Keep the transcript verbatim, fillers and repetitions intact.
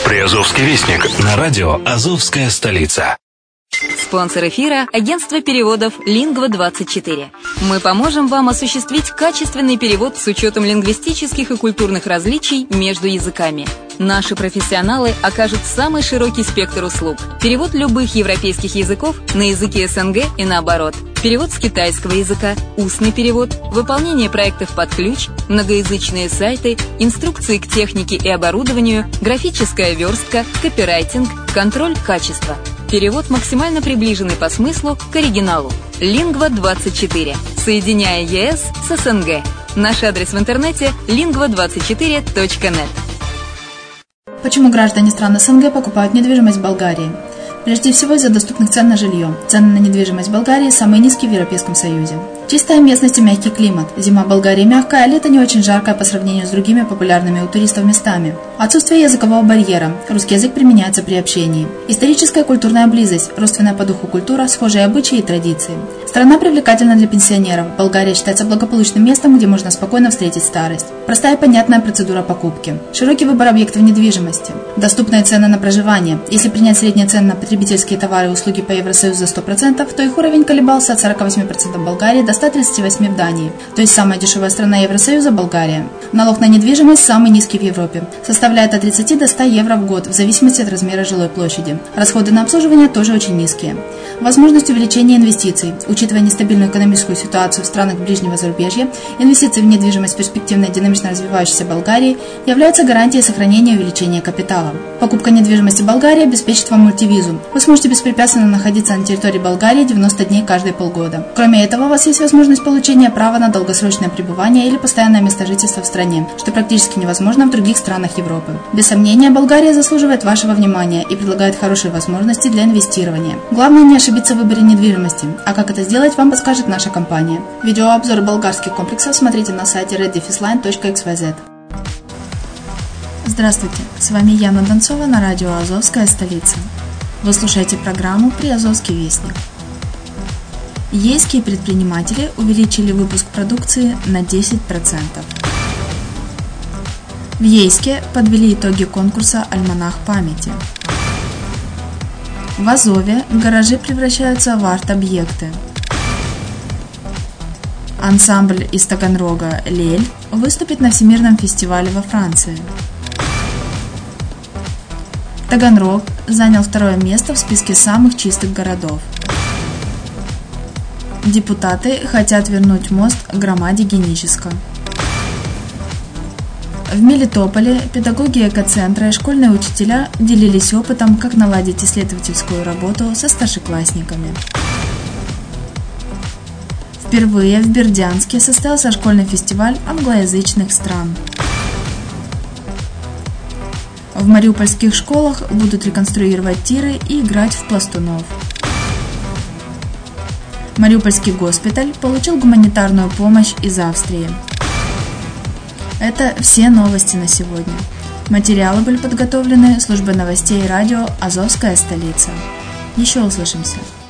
Приазовский вестник на радио «Азовская столица». Спонсор эфира – агентство переводов Лингва двадцать четыре. Мы поможем вам осуществить качественный перевод с учетом лингвистических и культурных различий между языками. Наши профессионалы окажут самый широкий спектр услуг. Перевод любых европейских языков на языки СНГ и наоборот. Перевод с китайского языка, устный перевод, выполнение проектов под ключ, многоязычные сайты, инструкции к технике и оборудованию, графическая верстка, копирайтинг, контроль качества. Перевод максимально приближенный по смыслу к оригиналу. Лингва двадцать четыре. Соединяя ЕС с СНГ. Наш адрес в интернете лингва двадцать четыре точка нет. Почему граждане стран СНГ покупают недвижимость в Болгарии? Прежде всего из-за доступных цен на жилье. Цены на недвижимость в Болгарии самые низкие в Европейском Союзе. Чистая местность и мягкий климат. Зима в Болгарии мягкая, а лето не очень жаркое по сравнению с другими популярными у туристов местами. Отсутствие языкового барьера. Русский язык применяется при общении. Историческая и культурная близость. Родственная по духу культура, схожие обычаи и традиции. Страна привлекательна для пенсионеров. Болгария считается благополучным местом, где можно спокойно встретить старость. Простая и понятная процедура покупки. Широкий выбор объектов недвижимости. Доступные цены на проживание. Если принять средние цены на потребительские товары и услуги по Евросоюзу за сто процентов, то их уровень колебался от сорок восемь процентов в Болгарии до ста тридцати восьми процентов в Дании. То есть самая дешевая страна Евросоюза – Болгария. Налог на недвижимость самый низкий в Европе. Составляет от тридцати до ста евро в год, в зависимости от размера жилой площади. Расходы на обслуживание тоже очень низкие. Возможность увеличения инвестиций. Учитывая нестабильную экономическую ситуацию в странах ближнего зарубежья, инвестиции в недвижимость в перспективной динамично развивающейся Болгарии являются гарантией сохранения и увеличения капитала. Покупка недвижимости в Болгарии обеспечит вам мультивизу. Вы сможете беспрепятственно находиться на территории Болгарии девяносто дней каждые полгода. Кроме этого, у вас есть возможность получения права на долгосрочное пребывание или постоянное место жительства в стране, что практически невозможно в других странах Европы. Без сомнения, Болгария заслуживает вашего внимания и предлагает хорошие возможности для инвестирования. Главное не ошибиться в выборе недвижимости, а как это сделать, вам подскажет наша компания. Видеообзор болгарских комплексов смотрите на сайте red defis line точка икс уай зет. Здравствуйте, с вами Яна Донцова на радио «Азовская столица». Вы слушаете программу «Приазовский вестник». Ейские предприниматели увеличили выпуск продукции на десять процентов. В Ейске подвели итоги конкурса «Альманах памяти». В Азове гаражи превращаются в арт-объекты. Ансамбль из Таганрога «Лель» выступит на Всемирном фестивале во Франции. Таганрог занял второе место в списке самых чистых городов. Депутаты хотят вернуть мост к громаде Геническа. В Мелитополе педагоги экоцентра и школьные учителя делились опытом, как наладить исследовательскую работу со старшеклассниками. Впервые в Бердянске состоялся школьный фестиваль англоязычных стран. В мариупольских школах будут реконструировать тиры и играть в пластунов. Мариупольский госпиталь получил гуманитарную помощь из Австрии. Это все новости на сегодня. Материалы были подготовлены службой новостей радио «Азовская столица». Еще услышимся.